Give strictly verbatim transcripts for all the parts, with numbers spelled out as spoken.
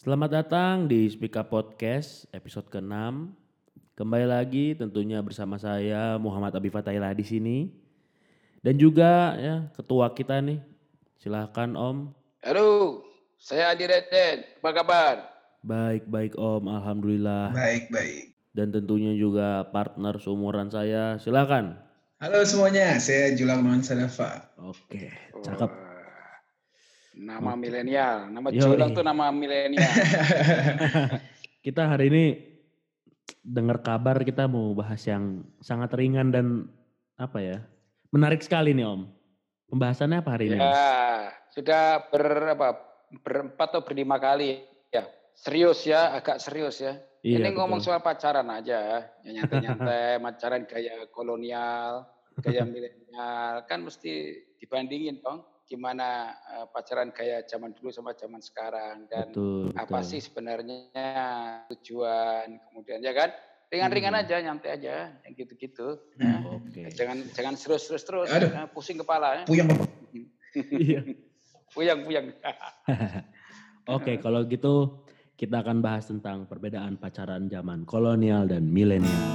Selamat datang di Speak Up Podcast episode keenam. Kembali lagi tentunya bersama saya Muhammad Abi Fatahillah di sini. Dan juga ya ketua kita nih. Silahkan Om. Halo, saya Adi Reden. Apa kabar? Baik-baik Om, alhamdulillah. Baik-baik. Dan tentunya juga partner seumuran saya. Silahkan. Halo semuanya, saya Julang Nuansa. Oke, cakep. Wah, nama milenial, nama Yoi. Julang tuh nama milenial. Kita hari ini dengar kabar kita mau bahas yang sangat ringan dan apa ya, menarik sekali nih Om. Pembahasannya apa hari ini? Om? Ya, sudah ber, apa, berempat atau berlima kali ya. Serius ya, agak serius ya. Iya, Ini ngomong betul. soal pacaran aja, ya nyantai-nyantai, pacaran gaya kolonial, gaya milenial, kan mesti dibandingin dong. Gimana uh, pacaran gaya zaman dulu sama zaman sekarang dan Betul, apa betul. sih sebenarnya tujuan, kemudian ya kan ringan-ringan Hmm. aja, nyantai aja, yang gitu-gitu. Ya. Oke. Jangan jangan serius-serius terus, Aduh. ya, pusing kepala. Ya. Puyeng. Iya. Puyang-puyang. Oke, kalau gitu kita akan bahas tentang perbedaan pacaran zaman kolonial dan milenial.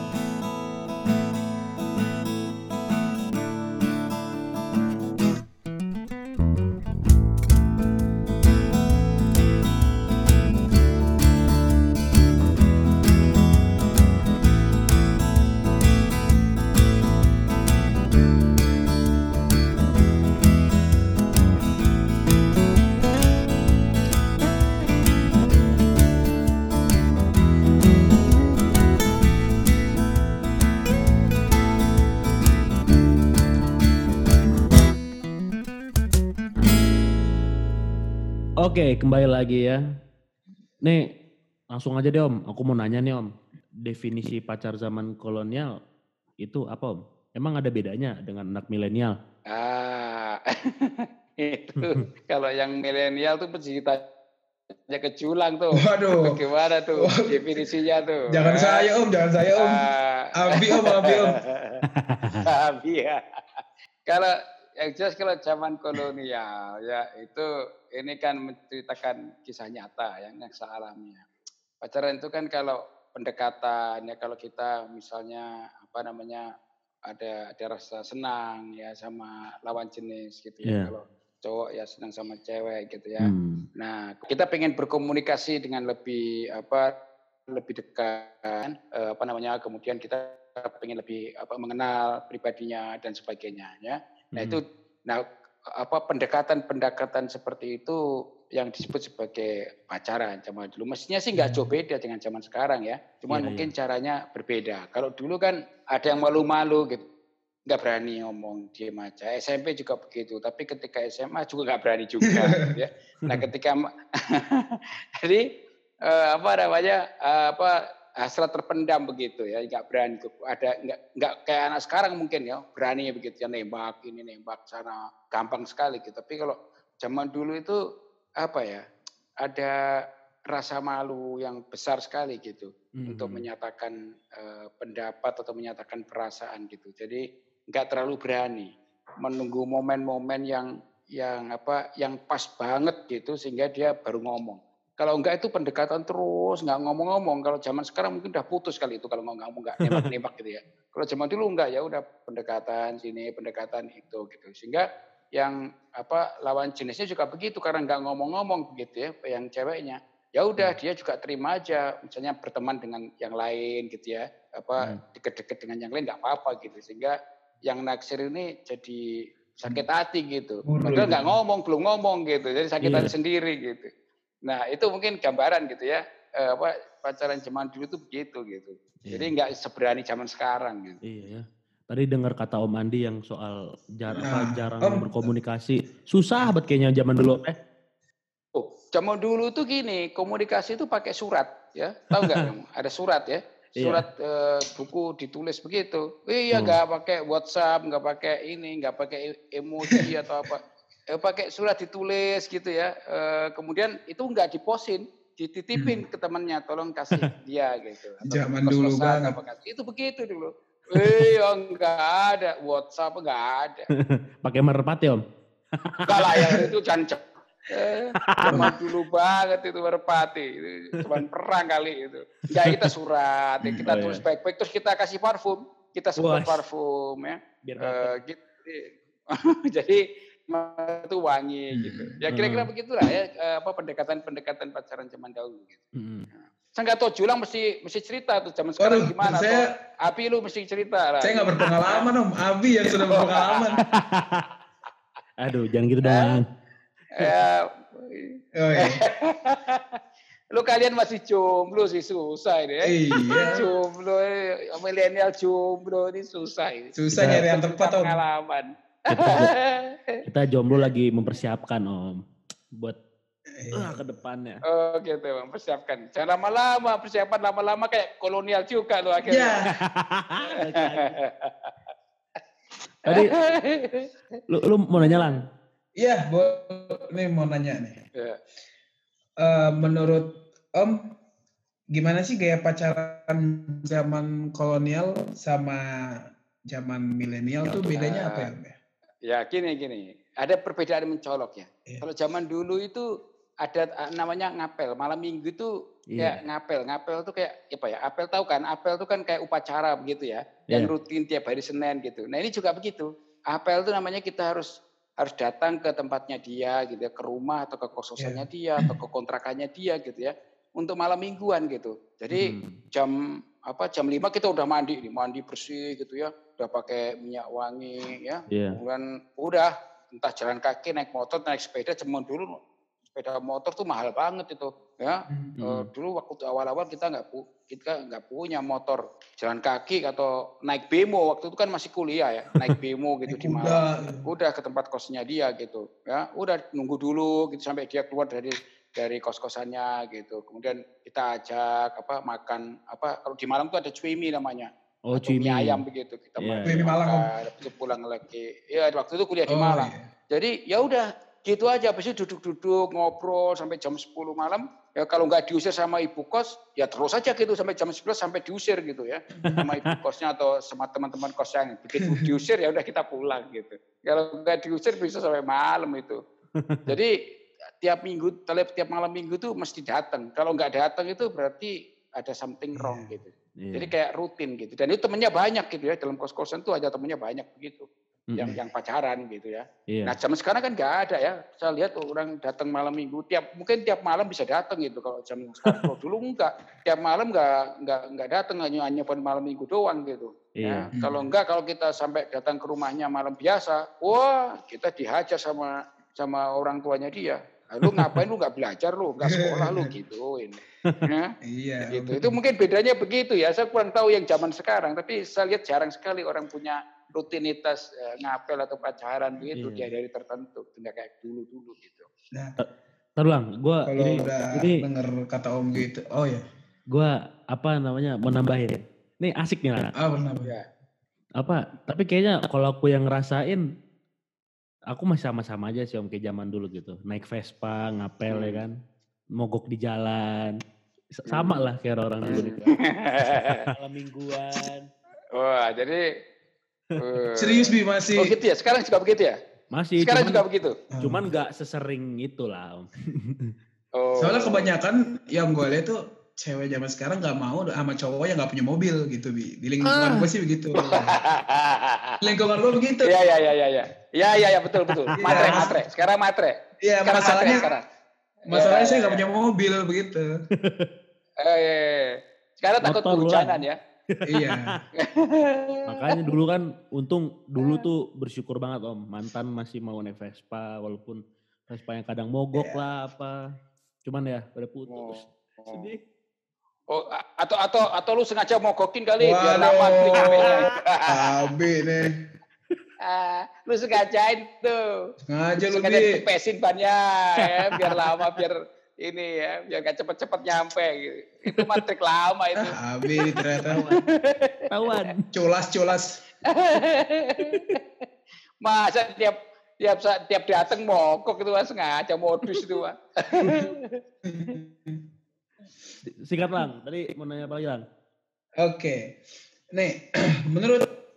Oke, kembali lagi ya. Nih, langsung aja deh Om. Aku mau nanya nih Om. Definisi pacar zaman kolonial itu apa Om? Emang ada bedanya dengan anak milenial? Ah, itu kalau yang milenial tuh mesti ditanya ke Julang tuh. Waduh. Bagaimana tuh Waduh. definisinya tuh? Jangan eh? saya Om, jangan saya Om. Ah. Abi Om, Abi Om. Abi ya. Kalau yang jelas kalau zaman kolonial ya itu ini kan menceritakan kisah nyata yang yang sealamnya. Pacaran itu kan kalau pendekatan ya kalau kita misalnya apa namanya ada ada rasa senang ya sama lawan jenis gitu ya. Iya. Kalau cowok ya senang sama cewek gitu ya. Hmm. Nah, kita pengen berkomunikasi dengan lebih apa lebih dekat eh, apa namanya kemudian kita pengen lebih apa mengenal pribadinya dan sebagainya ya. Nah, Hmm. itu nah apa pendekatan-pendekatan seperti itu yang disebut sebagai pacaran zaman dulu. Mestinya sih nggak jauh beda dengan zaman sekarang ya. Cuman Iya, mungkin iya. caranya berbeda. Kalau dulu kan ada yang malu-malu gitu. Nggak berani ngomong, diem aja. S M P juga begitu. Tapi ketika S M A juga nggak berani juga. Gitu ya. Nah ketika jadi eh, apa namanya eh, apa hasrat terpendam begitu ya, nggak berani ada nggak nggak kayak anak sekarang mungkin ya berani begitu ya nembak ini nembak sana gampang sekali gitu. Tapi kalau zaman dulu itu apa ya ada rasa malu yang besar sekali gitu Hmm. untuk menyatakan uh, pendapat atau menyatakan perasaan gitu. Jadi nggak terlalu berani menunggu momen-momen yang yang apa yang pas banget gitu sehingga dia baru ngomong. Kalau enggak itu pendekatan terus nggak ngomong-ngomong. Kalau zaman sekarang mungkin udah putus kali itu kalau nggak ngomong nggak nembak-nembak gitu ya. Kalau zaman dulu enggak ya udah pendekatan sini pendekatan itu gitu sehingga yang apa lawan jenisnya juga begitu karena nggak ngomong-ngomong begitu ya yang ceweknya ya udah dia juga terima aja misalnya berteman dengan yang lain gitu ya apa Hmm. deket-deket dengan yang lain nggak apa-apa gitu sehingga yang naksir ini jadi sakit hati gitu padahal nggak ngomong belum ngomong gitu jadi sakit Iya. hati sendiri gitu nah itu mungkin gambaran gitu ya eh, apa pacaran zaman dulu tuh begitu gitu jadi Iya. nggak seberani zaman sekarang gitu. Iya ya. Tadi dengar kata Om Andi yang soal jar apa Nah, jarang Om. berkomunikasi. Susah banget kayaknya zaman dulu eh. Oh, zaman dulu tuh gini, komunikasi itu pakai surat, ya. Tahu nggak? Ada surat ya. Surat Iya. eh, buku ditulis begitu. Iya, Hmm. nggak pakai WhatsApp, nggak pakai ini, nggak pakai emoji atau apa. Eh, pakai surat ditulis gitu ya. Eh, kemudian itu nggak diposin, dititipin ke temannya, tolong kasih dia gitu. Atau Zaman ke dulu kos-kosan banget. apa kasih. Itu begitu dulu. Eh, nggak ada WhatsApp, nggak ada. Pakai merpati Om. Enggak lah ya itu jangan Eh, zaman dulu banget itu Merpati, itu zaman perang kali itu. Enggak, kita surat, ya, kita Oh, tulis iya. baik-baik, terus kita kasih parfum, kita semprot Wah. parfum ya. Biar Eh, baper. gitu. Jadi itu wangi gitu. Ya kira-kira Heeh. begitulah ya eh, apa pendekatan-pendekatan pacaran zaman dahulu gitu. Mm. Saya nggak tahu Julang mesti mesti cerita tuh zaman sekarang Waduh, gimana saya- atau Api lu mesti cerita lah. Saya nggak berpengalaman om, Abi yang sudah berpengalaman. Aduh, jangan gitu dong. Eh, Oh, iya. lu kalian masih jomblo sih susah ini ya. Iya. Jomblo, eh, milenial jomblo ini susah ini. Susah Kita- nyari yang tepat om. Pengalaman. Kita, kita jomblo lagi mempersiapkan om buat Iya. uh, ke depannya. Oh gitu, mempersiapkan. Jangan lama-lama, persiapan lama-lama kayak kolonial juga lu Ya, akhirnya. Tadi lu, lu mau nanya Lang? iya, Bo. Nih mau nanya nih. Ya. Eh, menurut om, gimana sih gaya pacaran zaman kolonial sama zaman milenial tuh bedanya apa ya om? ya? Ya gini gini, ada perbedaan mencolok ya. Iya. Kalau zaman dulu itu ada ah, namanya ngapel, malam minggu itu kayak Iya. ngapel, ngapel tuh kayak apa ya? Apel tahu kan? Apel tuh kan kayak upacara begitu ya, yang Iya. rutin tiap hari Senin gitu. Nah ini juga begitu. Apel tuh namanya kita harus harus datang ke tempatnya dia gitu ya, ke rumah atau ke kos-kosannya dia atau ke kontrakannya dia gitu ya, untuk malam mingguan gitu. Jadi Hmm. jam apa jam lima kita udah mandi nih, mandi bersih gitu ya, udah pakai minyak wangi ya. Iya. Kemudian udah entah jalan kaki, naik motor, naik sepeda, zaman dulu sepeda motor tuh mahal banget itu ya. Hmm. Eh, dulu waktu awal-awal kita nggak pu kita nggak punya motor jalan kaki atau naik bemo, waktu itu kan masih kuliah ya, naik bemo gitu Naik di kuda. Malang. Udah ke tempat kosnya dia gitu ya, udah nunggu dulu gitu sampai dia keluar dari dari kos-kosannya gitu. Kemudian kita ajak apa makan apa kalau di Malang tuh ada cuimi namanya. Oh, Atau mie cimi. ayam begitu kita Iya. makan, Cuimi Malang, Om. habis itu pulang lagi. Ya waktu itu kuliah di Oh, Malang. iya. Jadi ya udah gitu aja, habis itu duduk-duduk ngobrol sampai jam sepuluh malam. Ya kalau nggak diusir sama ibu kos, ya terus aja gitu sampai jam sebelas sampai diusir gitu ya sama ibu kosnya atau sama teman-teman kos yang begitu diusir ya udah kita pulang gitu. Kalau nggak diusir bisa sampai malam itu. Jadi tiap minggu, tiap tiap malam minggu tuh mesti datang. Kalau nggak datang itu berarti ada something wrong gitu. Iya. Jadi kayak rutin gitu. Dan itu temennya banyak gitu ya. Dalam kos-kosan tuh ada temennya banyak begitu. Mm-mm. Yang yang pacaran gitu ya. Iya. Nah zaman sekarang kan nggak ada ya. Saya lihat tuh orang datang malam minggu. Tiap mungkin tiap malam bisa datang gitu. Kalau zaman sekarang kalau dulu enggak. Tiap malam nggak nggak nggak datang hanya hanya pada malam minggu doang gitu. Iya. Ya, kalau enggak kalau kita sampai datang ke rumahnya malam biasa, wah kita dihajar sama sama orang tuanya dia. Ah, lu ngapain lu nggak belajar lu, nggak sekolah lu gituin. Ya, Iya. gitu. Itu mungkin bedanya begitu ya. Saya kurang tahu yang zaman sekarang, tapi saya lihat jarang sekali orang punya rutinitas eh, ngapel atau pacaran begitu Iya. dia dari tertentu, tidak kayak dulu-dulu gitu. Nah, Ntar Lang, gue kalau ini udah ini denger kata om gitu, oh ya, gue apa namanya mau nambahin. Ini asik nih Lang. ah benar. Ya. Apa? Tapi kayaknya kalau aku yang ngerasain, aku masih sama-sama aja sih om kayak zaman dulu gitu. Naik Vespa, ngapel Hmm. ya kan, mogok di jalan, S- sama Hmm. lah kayak orang dulu nih. Malam mingguan. Wah, jadi eh, Serius Bi masih. Oh gitu ya. Sekarang juga begitu ya. Masih, Sekarang cuman, juga begitu. cuman gak sesering itu lah om. Oh. Soalnya kebanyakan yang gue lihat tuh cewek zaman sekarang nggak mau sama cowok yang nggak punya mobil gitu Bi. Di lingkungan Ah. gue sih begitu. Di lingkungan lo begitu. Iya iya iya iya iya. Iya iya ya, betul betul. Iya. Matre matre. Sekarang matre. Iya, Sekarang masalahnya matre sekarang. masalahnya Iya, saya iya, nggak iya. punya mobil begitu. Eh, iya, iya. Sekarang takut Motor lu, kehujanan ya. Iya. Makanya dulu kan, untung dulu tuh bersyukur banget om. Mantan masih mau naik Vespa, walaupun Vespa yang kadang mogok lah apa. Cuman ya pada putus. Oh. Sedih. Oh, a- atau atau atau lu sengaja mogokin kali biar Waduh. lama beli nyampe-nya. Abi nih. Ah, lu sengajain tuh. Sengaja lu Sengaja Bi. dikepesin bannya ya, biar lama biar ini ya, biar gak cepet-cepet nyampe gitu. Itu mah trik lama itu. Ah, Abi ternyata Tawan. culas-culas. Masa tiap tiap saat tiap datang mogok itu mah sengaja modus itu mah. Singkat Lang, tadi mau nanya apa lagi Lang? Oke. Nih, menurut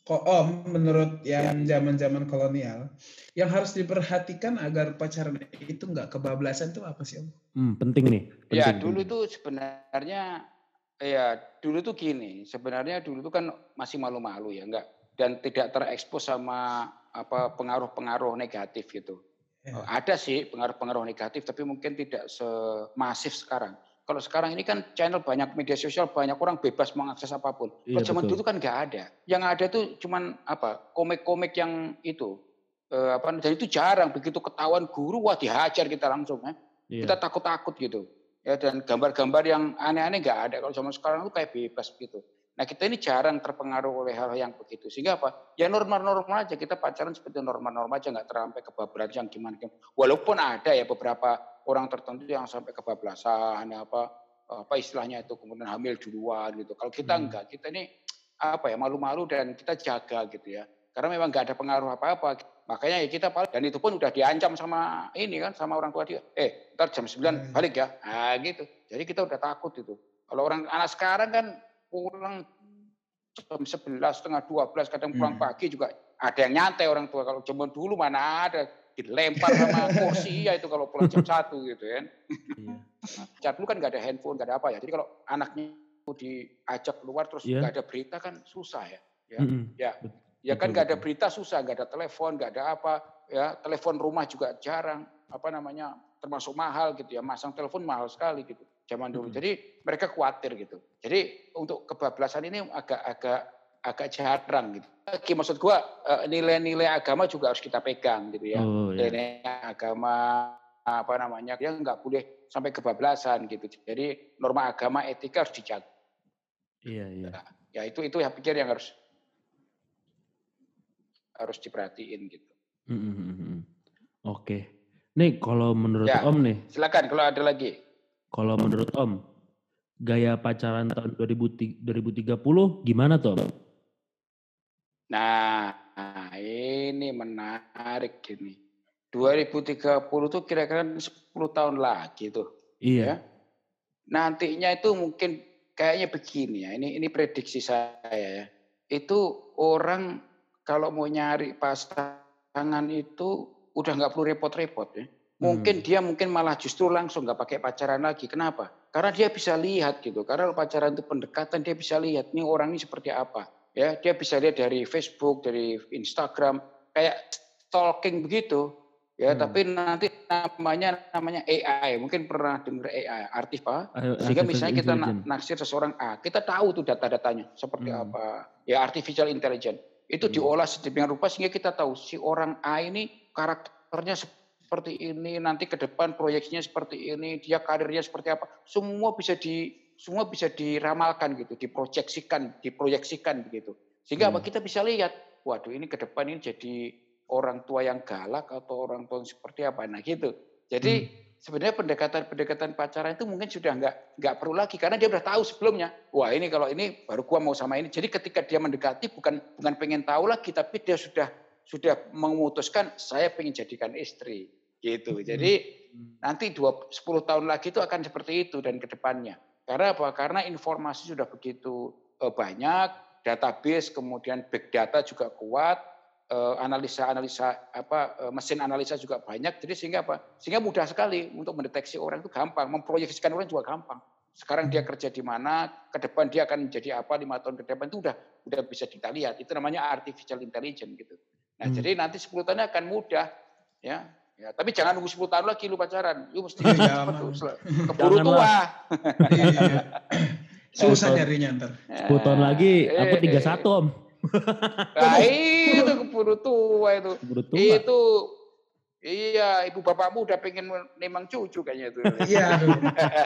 Kok Om, menurut Ya. yang zaman-zaman kolonial, yang harus diperhatikan agar pacaran itu nggak kebablasan itu apa sih Om? Hmm, penting nih, Ya penting, dulu penting. tuh sebenarnya, ya dulu tuh gini, sebenarnya dulu tuh kan masih malu-malu ya, enggak, dan tidak terekspos sama apa pengaruh-pengaruh negatif gitu. Ya. Eh, Ada sih pengaruh-pengaruh negatif, tapi mungkin tidak semasif sekarang. Kalau sekarang ini kan channel banyak, media sosial banyak, orang bebas mengakses apapun. Kalau Iya zaman betul. dulu kan nggak ada. Yang ada tuh cuman apa komik-komik yang itu, eh, apa, dan itu jarang. Begitu ketahuan guru, wah dihajar kita langsung, ya. Kita Iya. takut-takut gitu. Ya, dan gambar-gambar yang aneh-aneh nggak ada. Kalau zaman sekarang tuh kayak bebas gitu. Nah kita ini jarang terpengaruh oleh hal yang begitu. Sehingga apa? Ya normal-normal aja. Kita pacaran seperti normal-normal aja. Nggak sampai kebablasan yang gimana-gimana. Walaupun ada ya beberapa orang tertentu yang sampai kebablasan. Apa apa istilahnya itu. Kemudian hamil duluan gitu. Kalau kita Hmm. enggak. Kita ini apa ya malu-malu dan kita jaga gitu ya. Karena memang nggak ada pengaruh apa-apa. Makanya ya kita paling, dan itu pun udah diancam sama ini kan, sama orang tua dia. Eh, ntar jam sembilan balik ya. Nah gitu. Jadi kita udah takut itu. Kalau orang anak sekarang kan pulang jam sebelas, setengah dua belas, kadang pulang Hmm. pagi juga ada yang nyantai orang tua. Kalau zaman dulu mana ada, dilempar sama kursi ya itu kalau pulang jam satu gitu kan. Iya. Cat dulu kan nggak ada handphone, nggak ada apa ya. Jadi kalau anaknya diajak keluar terus Iya. nggak ada berita kan susah ya. Ya, Mm-mm. ya. Bet- Ya kan betul, nggak ada betul. berita susah, nggak ada telepon, nggak ada apa, ya telepon rumah juga jarang, apa namanya termasuk mahal gitu ya, masang telepon mahal sekali gitu zaman dulu. Mm-mm. Jadi mereka khawatir gitu. Jadi untuk kebablasan ini agak-agak agak jarang gitu. Lagi maksud gua eh, nilai-nilai agama juga harus kita pegang gitu ya. Oh ya. Nilai agama apa namanya dia nggak boleh sampai kebablasan gitu. Jadi norma agama etika harus dijaga. Iya, iya. Ya itu itu ya pikir yang harus harus diperhatiin gitu. Mm-mm. Oke. Nih kalau menurut Ya, Om nih, silakan kalau ada lagi. kalau menurut Om, gaya pacaran tahun dua ribu tiga puluh gimana tuh Om? Nah, nah ini menarik gini. dua ribu tiga puluh tuh kira-kira sepuluh tahun lagi tuh. Iya. Ya. Nantinya itu mungkin kayaknya begini ya. Ini ini prediksi saya ya. Itu orang kalau mau nyari pasangan itu udah nggak perlu repot-repot ya. Mungkin Hmm. dia mungkin malah justru langsung nggak pakai pacaran lagi. Kenapa? Karena dia bisa lihat gitu. Karena pacaran itu pendekatan, dia bisa lihat nih orang ini seperti apa. Ya, dia bisa lihat dari Facebook, dari Instagram, kayak stalking begitu. Ya, Hmm. tapi nanti namanya namanya A I. Mungkin pernah dengar A I, artif apa? Sehingga Artificial misalnya kita intelligence. naksir seseorang A, kita tahu tuh data-datanya seperti Hmm. apa. Ya, artificial intelligence. Itu Hmm. diolah sedemikian rupa sehingga kita tahu si orang A ini karakternya seperti ini, nanti ke depan proyeksinya seperti ini, dia karirnya seperti apa. Semua bisa di semua bisa diramalkan gitu, diproyeksikan, diproyeksikan begitu. Sehingga apa Iya. kita bisa lihat, waduh ini ke depan ini jadi orang tua yang galak atau orang tua yang seperti apa. Nah gitu. Jadi Hmm. sebenarnya pendekatan-pendekatan pacaran itu mungkin sudah nggak nggak perlu lagi karena dia udah tahu sebelumnya. Wah ini kalau ini baru gua mau sama ini. Jadi ketika dia mendekati bukan bukan pengen tahu lagi, tapi dia sudah sudah memutuskan saya pengen jadikan istri gitu. Jadi nanti dua, sepuluh tahun lagi itu akan seperti itu dan ke depannya. Karena apa? Karena informasi sudah begitu eh, banyak, database kemudian big data juga kuat, eh, analisa-analisa apa eh, mesin analisa juga banyak. Jadi sehingga apa? Sehingga mudah sekali untuk mendeteksi orang itu gampang, memproyeksikan orang juga gampang. Sekarang dia kerja di mana, ke depan dia akan menjadi apa lima tahun ke depan itu udah udah bisa kita lihat. Itu namanya artificial intelligence gitu. Nah, Hmm. jadi nanti sepuluh tahunnya akan mudah ya. Ya, tapi jangan nunggu sepuluh tahun lagi lu pacaran. Lu mesti Iya, cepet jangan. tuh. Keburu Janganlah. tua. Iya. Susah tahun- nyarinya ntar. sepuluh tahun lagi aku Eh, tiga puluh satu Om. Nah, itu keburu tua itu. Keburu tua. Itu iya, ibu bapakmu udah pengen nemang cucu kayaknya itu. Iya, aduh.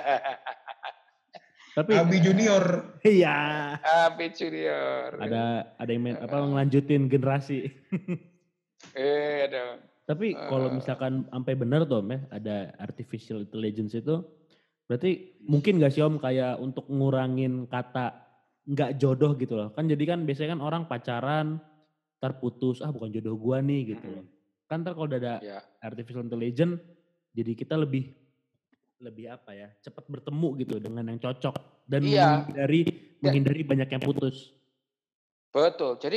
Tapi Abi Junior. iya. Abi Junior. Ada ada yang main, apa ngelanjutin generasi. Eh, ada. Tapi kalau misalkan sampai benar tuh Om ya, ada artificial intelligence itu, berarti mungkin gak sih Om kayak untuk ngurangin kata nggak jodoh gitu loh. Kan jadi kan biasanya kan orang pacaran, ntar putus, ah bukan jodoh gua nih gitu loh. Kan ntar kalau udah ada Ya. artificial intelligence, jadi kita lebih lebih apa ya, cepat bertemu gitu dengan yang cocok dan Iya. menghindari menghindari banyak yang putus. Betul. Jadi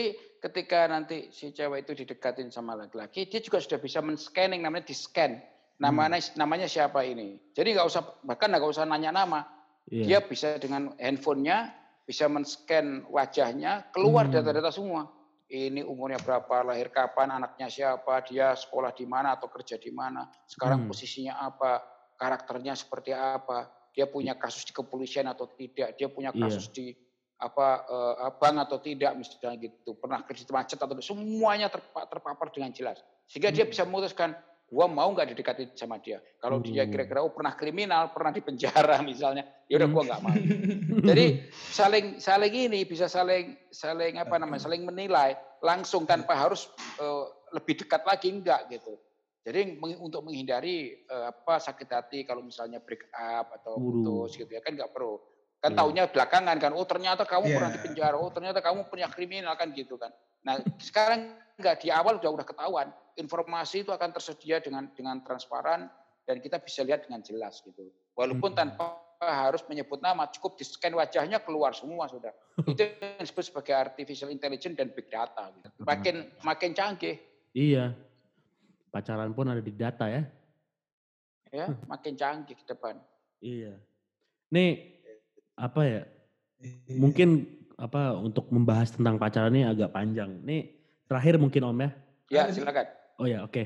ketika nanti si cewek itu didekatin sama laki-laki, dia juga sudah bisa men-scanning, namanya di-scan. Namanya hmm. namanya siapa ini. Jadi nggak usah, bahkan nggak usah nanya nama. Yeah. Dia bisa dengan handphonenya bisa men-scan wajahnya, keluar hmm. data-data semua. Ini umurnya berapa, lahir kapan, anaknya siapa, dia sekolah di mana atau kerja di mana, sekarang hmm. posisinya apa, karakternya seperti apa, dia punya kasus di kepolisian atau tidak, dia punya kasus yeah. di apa uh, bank atau tidak misalnya gitu, pernah kredit macet atau semuanya terpapar dengan jelas, sehingga hmm. dia bisa memutuskan gua mau nggak didekatin sama dia. Kalau hmm. dia kira-kira oh pernah kriminal, pernah dipenjara misalnya, ya udah gua nggak mau. Jadi saling saling ini bisa saling saling apa namanya saling menilai langsung tanpa harus uh, lebih dekat lagi enggak gitu. Jadi meng, untuk menghindari uh, apa sakit hati kalau misalnya break up atau putus gitu ya kan nggak perlu. Kan taunya belakangan kan, oh ternyata kamu yeah. pernah di penjara, oh ternyata kamu punya kriminal kan gitu kan. Nah sekarang enggak, di awal udah udah ketahuan, informasi itu akan tersedia dengan dengan transparan dan kita bisa lihat dengan jelas gitu. Walaupun hmm. tanpa harus menyebut nama, cukup di scan wajahnya keluar semua sudah. Itu yang disebut sebagai artificial intelligence dan big data. Gitu. Makin makin canggih. Iya, pacaran pun ada di data ya. Ya, makin canggih ke depan. Iya. Nih apa ya, mungkin apa untuk membahas tentang pacaran ini agak panjang. Nih terakhir mungkin Om ya. Ya silakan. Oh ya oke. Okay.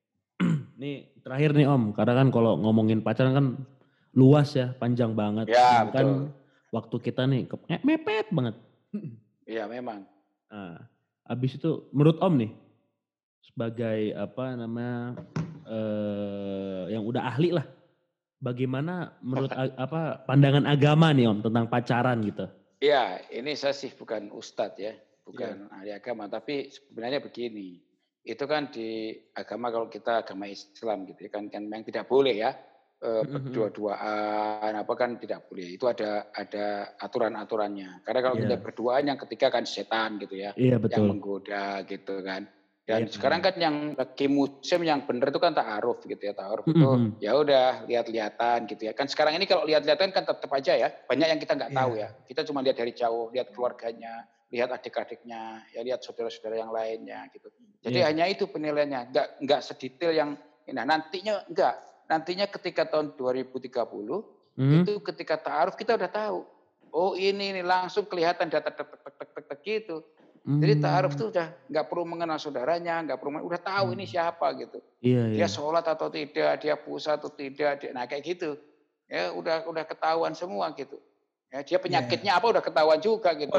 Nih terakhir nih Om, karena kan kalau ngomongin pacaran kan luas ya, panjang banget. Ya betul. Kan waktu kita nih mepet banget. Iya memang. Nah, abis itu menurut Om nih, sebagai apa namanya, eh, yang udah ahli lah. Bagaimana menurut apa pandangan agama nih Om tentang pacaran gitu? Iya, ini saya sih bukan ustadz ya, bukan ya. ahli agama, tapi sebenarnya begini, itu kan di agama kalau kita agama Islam gitu kan kan memang tidak boleh ya e, berdua-duaan apa kan tidak boleh. Itu ada ada aturan-aturannya. Karena kalau ya. kita berduaan yang ketiga kan setan gitu ya, ya betul. yang menggoda gitu kan. Dan ya, sekarang kan yang lagi musim yang benar itu kan ta'aruf gitu ya. Ta'aruf itu mm-hmm. ya udah lihat-lihatan gitu ya. Kan sekarang ini kalau lihat-lihatan kan tetap aja ya. Banyak yang kita nggak yeah. tahu ya. Kita cuma lihat dari jauh, lihat keluarganya, lihat adik-adiknya, ya lihat saudara-saudara yang lainnya gitu. Jadi yeah. hanya itu penilaiannya. Nggak nggak sedetail yang nah nantinya enggak. Nantinya ketika tahun dua ribu tiga puluh mm-hmm. itu ketika ta'aruf kita udah tahu. Oh ini ini langsung kelihatan data tek tek tek tek tek gitu. Jadi ta'aruf itu udah nggak perlu mengenal saudaranya, nggak perlu udah tahu hmm. ini siapa gitu. Iya, dia iya. sholat atau tidak, dia puasa atau tidak, dia, nah kayak gitu. Ya udah udah ketahuan semua gitu. Ya, dia penyakitnya yeah. apa udah ketahuan juga gitu.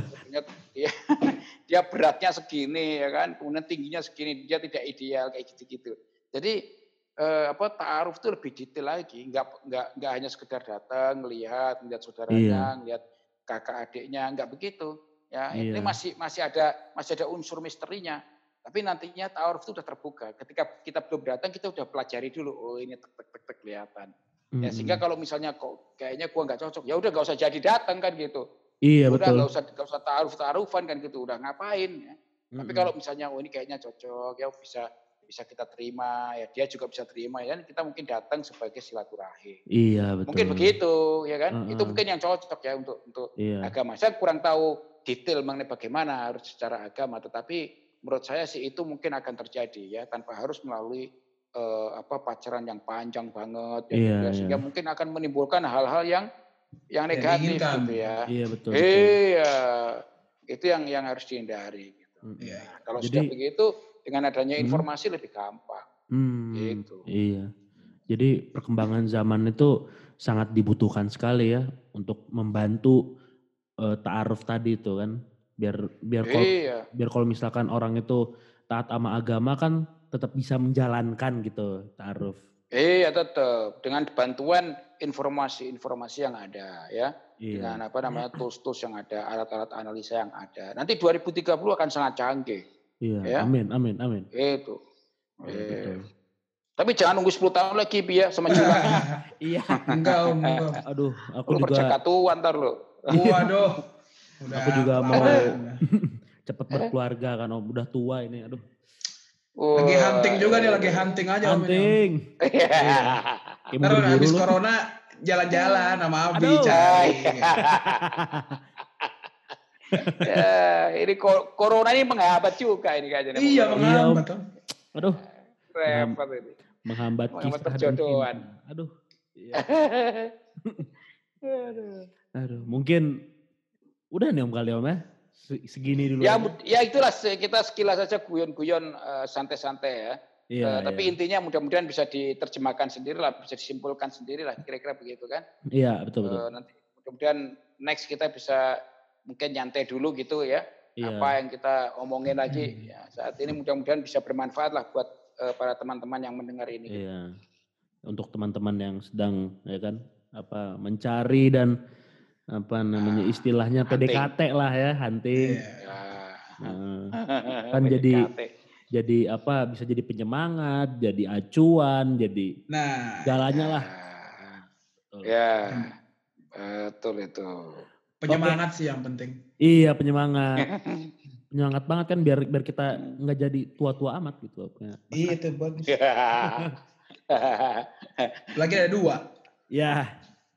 dia, dia beratnya segini ya kan, kemudian tingginya segini, dia tidak ideal kayak gitu-gitu. Jadi eh, apa ta'aruf itu lebih detail lagi, nggak nggak nggak hanya sekedar datang, melihat, melihat saudaranya, iya. melihat kakak adiknya, nggak begitu. Ya, iya. ini masih masih ada masih ada unsur misterinya. Tapi nantinya ta'aruf itu sudah terbuka. Ketika kita belum datang, kita udah pelajari dulu. Oh ini tek tek tek tek kelihatan. Mm-hmm. Ya sehingga kalau misalnya kok kayaknya gua nggak cocok, ya udah nggak usah jadi datang kan gitu. Iya udah betul. nggak usah nggak usah ta'aruf ta'arufan kan gitu. Udah ngapain ya. Mm-hmm. Tapi kalau misalnya oh ini kayaknya cocok, ya bisa bisa kita terima, ya dia juga bisa terima ya. Kita mungkin datang sebagai silaturahim. Iya betul. Mungkin begitu ya kan. Uh-uh. Itu mungkin yang cocok ya untuk untuk iya. agama. Saya kurang tahu detail mengenai bagaimana harus secara agama, tetapi menurut saya sih itu mungkin akan terjadi ya tanpa harus melalui uh, apa pacaran yang panjang banget ya, iya, ya sehingga iya. mungkin akan menimbulkan hal-hal yang yang negatif yang gitu ya. Iya betul. Iya, betul. Itu yang yang harus dihindari. Gitu. Mm-hmm. Nah, kalau Jadi, sudah begitu dengan adanya informasi hmm, lebih gampang. Hmm, gitu. Iya. Jadi perkembangan zaman itu sangat dibutuhkan sekali ya untuk membantu Uh, ta'aruf tadi itu kan biar biar kalau iya. biar kalau misalkan orang itu taat sama agama kan tetap bisa menjalankan gitu ta'aruf. Iya tetap dengan bantuan informasi-informasi yang ada ya. Iya. Dengan apa namanya tools-tools yang ada, alat-alat analisa yang ada. Nanti dua ribu tiga puluh akan sangat canggih. Iya, ya? amin, amin, amin. Itu. Iya, eh. betul. Tapi jangan nunggu sepuluh tahun lagi Bi ya sama Cila. Iya. Enggak, enggak. Aduh, aku lu juga perjakatuan ntar lu. Waduh. Udah aku juga mau cepet berkeluarga kan Om, udah tua ini, aduh. Lagi hunting juga nih, lagi hunting aja Om. Hunting. Iya. Ntar habis corona jalan-jalan sama Abi cari. Ya, ini corona ini menghambat juga ini kayaknya. Iya, menghambat. Aduh. Repot ini. Menghambat, menghambat kisah perjodohan. Aduh. Iya. Aduh. Aduh, mungkin udah nih Om kali Om ya. Segini dulu. Ya, aja. Ya itulah kita sekilas saja guyon-guyon uh, santai-santai ya. Iya, uh, tapi iya. Intinya mudah-mudahan bisa diterjemahkan sendiri lah, bisa disimpulkan sendiri lah, kira-kira begitu kan? Iya, betul betul. Uh, nanti mudah-mudahan next kita bisa mungkin nyantai dulu gitu ya. Iya. Apa yang kita omongin lagi ya, saat ini mudah-mudahan bisa bermanfaat lah buat uh, para teman-teman yang mendengar ini. Iya. Untuk teman-teman yang sedang ya kan apa mencari dan apa namanya istilahnya P D K T lah ya, hunting. Yeah. Nah, kan jadi jadi apa bisa jadi penyemangat, jadi acuan, jadi nah, jalannya lah. Betul. Ya, betul itu. Penyemangat okay. Sih yang penting. Iya penyemangat, penyemangat banget kan biar biar kita nggak jadi tua-tua amat gitu. Iya itu bagus. Lagi ada dua. Ya.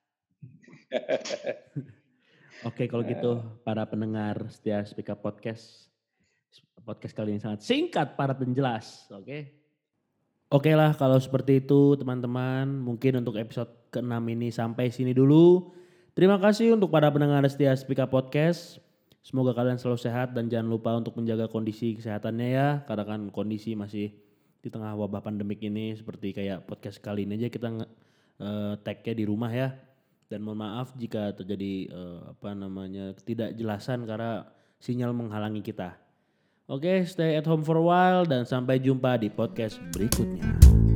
Oke kalau gitu para pendengar setia Speak Up Podcast. Podcast kali ini sangat singkat, padat dan jelas. Oke. Oke lah kalau seperti itu teman-teman. Mungkin untuk episode keenam ini sampai sini dulu. Terima kasih untuk para pendengar setia Speak Up Podcast. Semoga kalian selalu sehat dan jangan lupa untuk menjaga kondisi kesehatannya ya. Karena kan kondisi masih di tengah wabah pandemik ini. Seperti kayak podcast kali ini aja kita uh, tag-nya di rumah ya. Dan mohon maaf jika terjadi uh, apa namanya ketidakjelasan karena sinyal menghalangi kita. Oke, stay at home for a while dan sampai jumpa di podcast berikutnya.